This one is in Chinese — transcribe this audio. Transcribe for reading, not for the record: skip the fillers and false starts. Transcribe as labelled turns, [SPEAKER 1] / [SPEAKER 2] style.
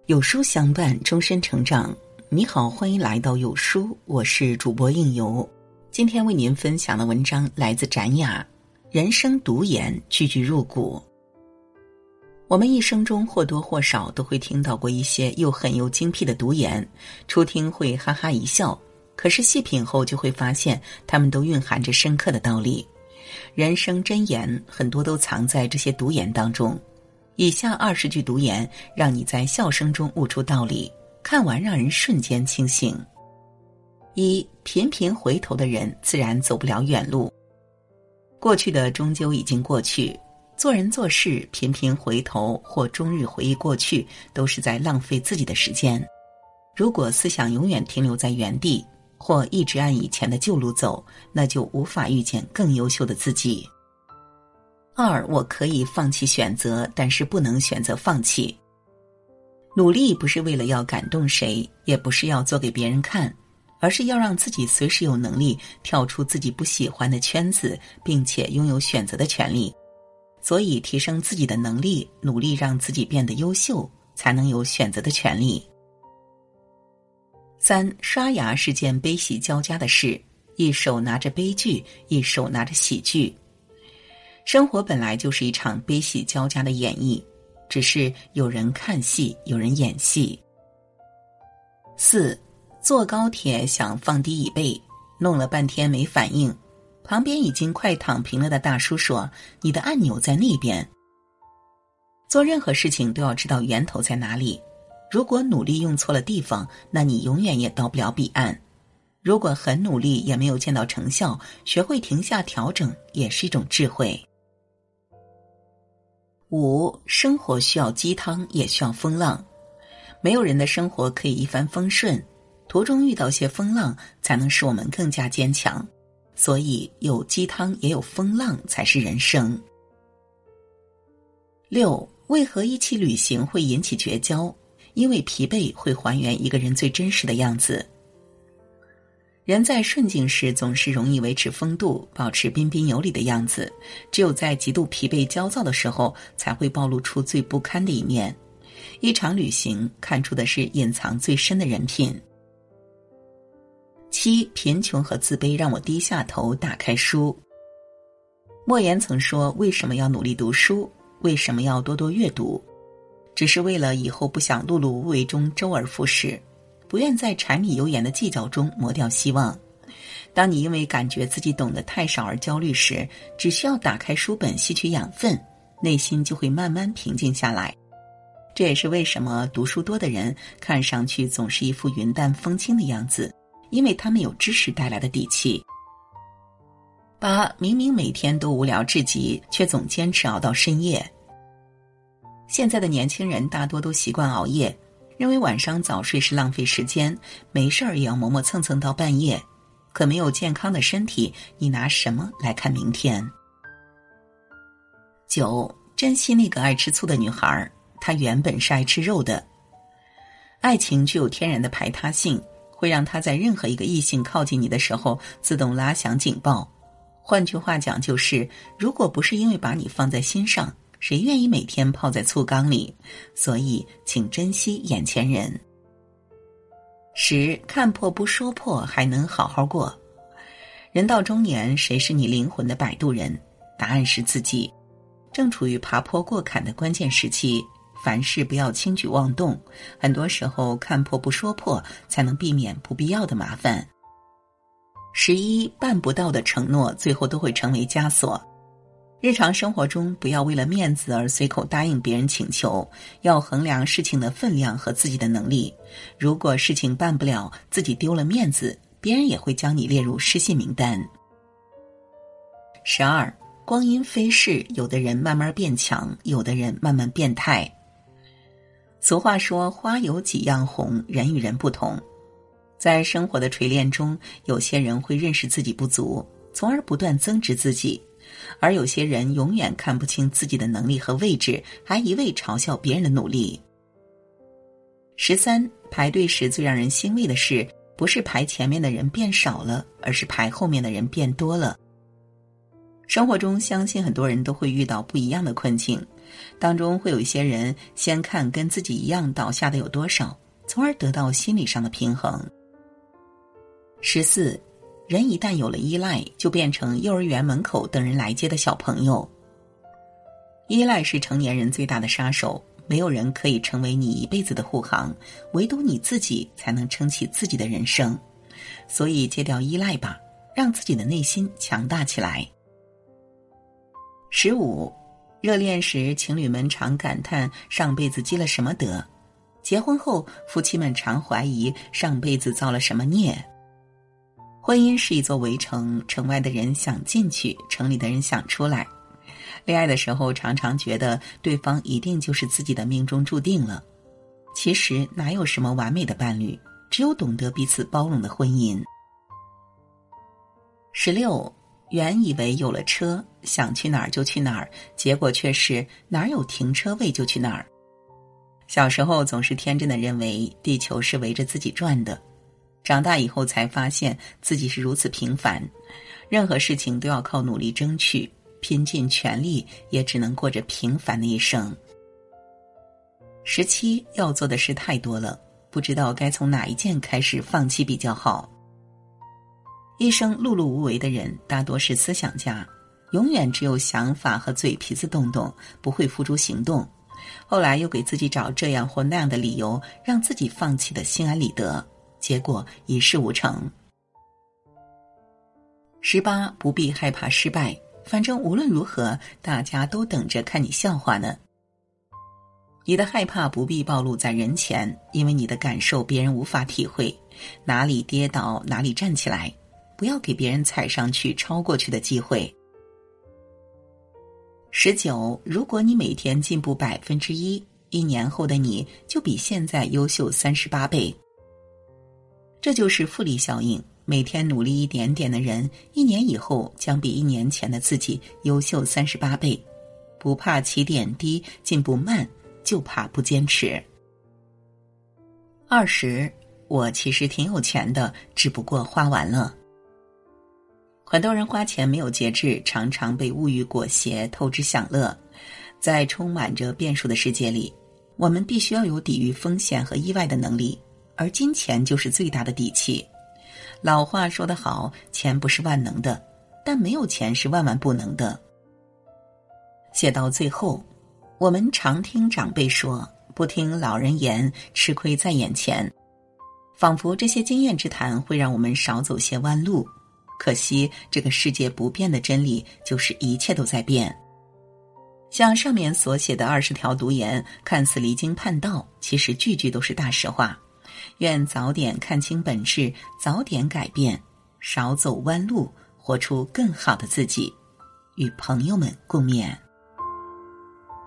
[SPEAKER 1] 有书相伴，终身成长。你好，欢迎来到有书，我是主播应由。今天为您分享的文章来自展雅。人生毒言，句句入骨。我们一生中或多或少都会听到过一些又狠又精辟的毒言，初听会哈哈一笑，可是细品后就会发现，它们都蕴含着深刻的道理。人生真言很多都藏在这些毒言当中。以下20句毒言，让你在笑声中悟出道理，看完让人瞬间清醒。一，频频回头的人自然走不了远路。过去的终究已经过去，做人做事频频回头或终日回忆过去，都是在浪费自己的时间。如果思想永远停留在原地，或一直按以前的旧路走，那就无法遇见更优秀的自己。2，我可以放弃选择，但是不能选择放弃。努力不是为了要感动谁，也不是要做给别人看，而是要让自己随时有能力跳出自己不喜欢的圈子，并且拥有选择的权利。所以提升自己的能力，努力让自己变得优秀，才能有选择的权利。3，刷牙是件悲喜交加的事，一手拿着悲剧，一手拿着喜剧。生活本来就是一场悲喜交加的演绎，只是有人看戏，有人演戏。4，坐高铁想放低椅背，弄了半天没反应，旁边已经快躺平了的大叔说：“你的按钮在那边。”做任何事情都要知道源头在哪里，如果努力用错了地方，那你永远也到不了彼岸。如果很努力也没有见到成效，学会停下调整也是一种智慧。5，生活需要鸡汤，也需要风浪。没有人的生活可以一帆风顺，途中遇到些风浪，才能使我们更加坚强。所以有鸡汤也有风浪才是人生。6，为何一起旅行会引起绝交？因为疲惫会还原一个人最真实的样子。人在顺境时总是容易维持风度，保持彬彬有礼的样子，只有在极度疲惫焦躁的时候，才会暴露出最不堪的一面。一场旅行看出的是隐藏最深的人品。7，贫穷和自卑让我低下头打开书。莫言曾说，为什么要努力读书？为什么要多多阅读？只是为了以后不想碌碌无为中周而复始，不愿在柴米油盐的计较中磨掉希望。当你因为感觉自己懂得太少而焦虑时，只需要打开书本吸取养分，内心就会慢慢平静下来。这也是为什么读书多的人看上去总是一副云淡风轻的样子，因为他们有知识带来的底气。8，明明每天都无聊至极，却总坚持熬到深夜。现在的年轻人大多都习惯熬夜，认为晚上早睡是浪费时间，没事儿也要磨磨蹭蹭到半夜。可没有健康的身体，你拿什么来看明天？9，珍惜那个爱吃醋的女孩，她原本是爱吃肉的。爱情具有天然的排他性，会让她在任何一个异性靠近你的时候自动拉响警报。换句话讲就是，如果不是因为把你放在心上，谁愿意每天泡在醋缸里？所以请珍惜眼前人。10，看破不说破，还能好好过。人到中年，谁是你灵魂的摆渡人？答案是自己。正处于爬坡过坎的关键时期，凡事不要轻举妄动，很多时候看破不说破，才能避免不必要的麻烦。11，办不到的承诺，最后都会成为枷锁。日常生活中，不要为了面子而随口答应别人请求，要衡量事情的分量和自己的能力。如果事情办不了，自己丢了面子，别人也会将你列入失信名单。12，光阴飞逝，有的人慢慢变强，有的人慢慢变态。俗话说，花有几样红，人与人不同。在生活的锤炼中，有些人会认识自己不足，从而不断增值自己，而有些人永远看不清自己的能力和位置，还一味嘲笑别人的努力。13，排队时最让人欣慰的事，不是排前面的人变少了，而是排后面的人变多了。生活中相信很多人都会遇到不一样的困境， 当中会有一些人先看跟自己一样倒下的有多少，从而得到心理上的平衡。14，人一旦有了依赖，就变成幼儿园门口等人来接的小朋友。依赖是成年人最大的杀手，没有人可以成为你一辈子的护航，唯独你自己才能撑起自己的人生。所以戒掉依赖吧，让自己的内心强大起来。15，热恋时情侣们常感叹上辈子积了什么德，结婚后夫妻们常怀疑上辈子造了什么孽。婚姻是一座围城，城外的人想进去，城里的人想出来。恋爱的时候常常觉得对方一定就是自己的命中注定了，其实哪有什么完美的伴侣，只有懂得彼此包容的婚姻。16，原以为有了车，想去哪儿就去哪儿，结果却是哪儿有停车位就去哪儿。小时候总是天真的认为地球是围着自己转的，长大以后才发现自己是如此平凡，任何事情都要靠努力争取，拼尽全力也只能过着平凡的一生。17，要做的事太多了，不知道该从哪一件开始放弃比较好。一生碌碌无为的人大多是思想家，永远只有想法和嘴皮子动动，不会付诸行动。后来又给自己找这样或那样的理由，让自己放弃的心安理得，结果一事无成。18，不必害怕失败，反正无论如何大家都等着看你笑话呢。你的害怕不必暴露在人前，因为你的感受别人无法体会，哪里跌倒哪里站起来，不要给别人踩上去超过去的机会。19，如果你每天进步1%，1年后的你就比现在优秀38倍。这就是复利效应，每天努力一点点的人，1年以后将比1年前的自己优秀38倍。不怕起点低，进步慢，就怕不坚持。20，我其实挺有钱的，只不过花完了。很多人花钱没有节制，常常被物欲裹挟，透支享乐。在充满着变数的世界里，我们必须要有抵御风险和意外的能力，而金钱就是最大的底气。老话说得好，钱不是万能的，但没有钱是万万不能的。写到最后，我们常听长辈说，不听老人言，吃亏在眼前。仿佛这些经验之谈会让我们少走些弯路，可惜这个世界不变的真理就是一切都在变。像上面所写的20条读言，看似离经叛道，其实句句都是大实话。愿早点看清本质，早点改变，少走弯路，活出更好的自己。与朋友们共勉。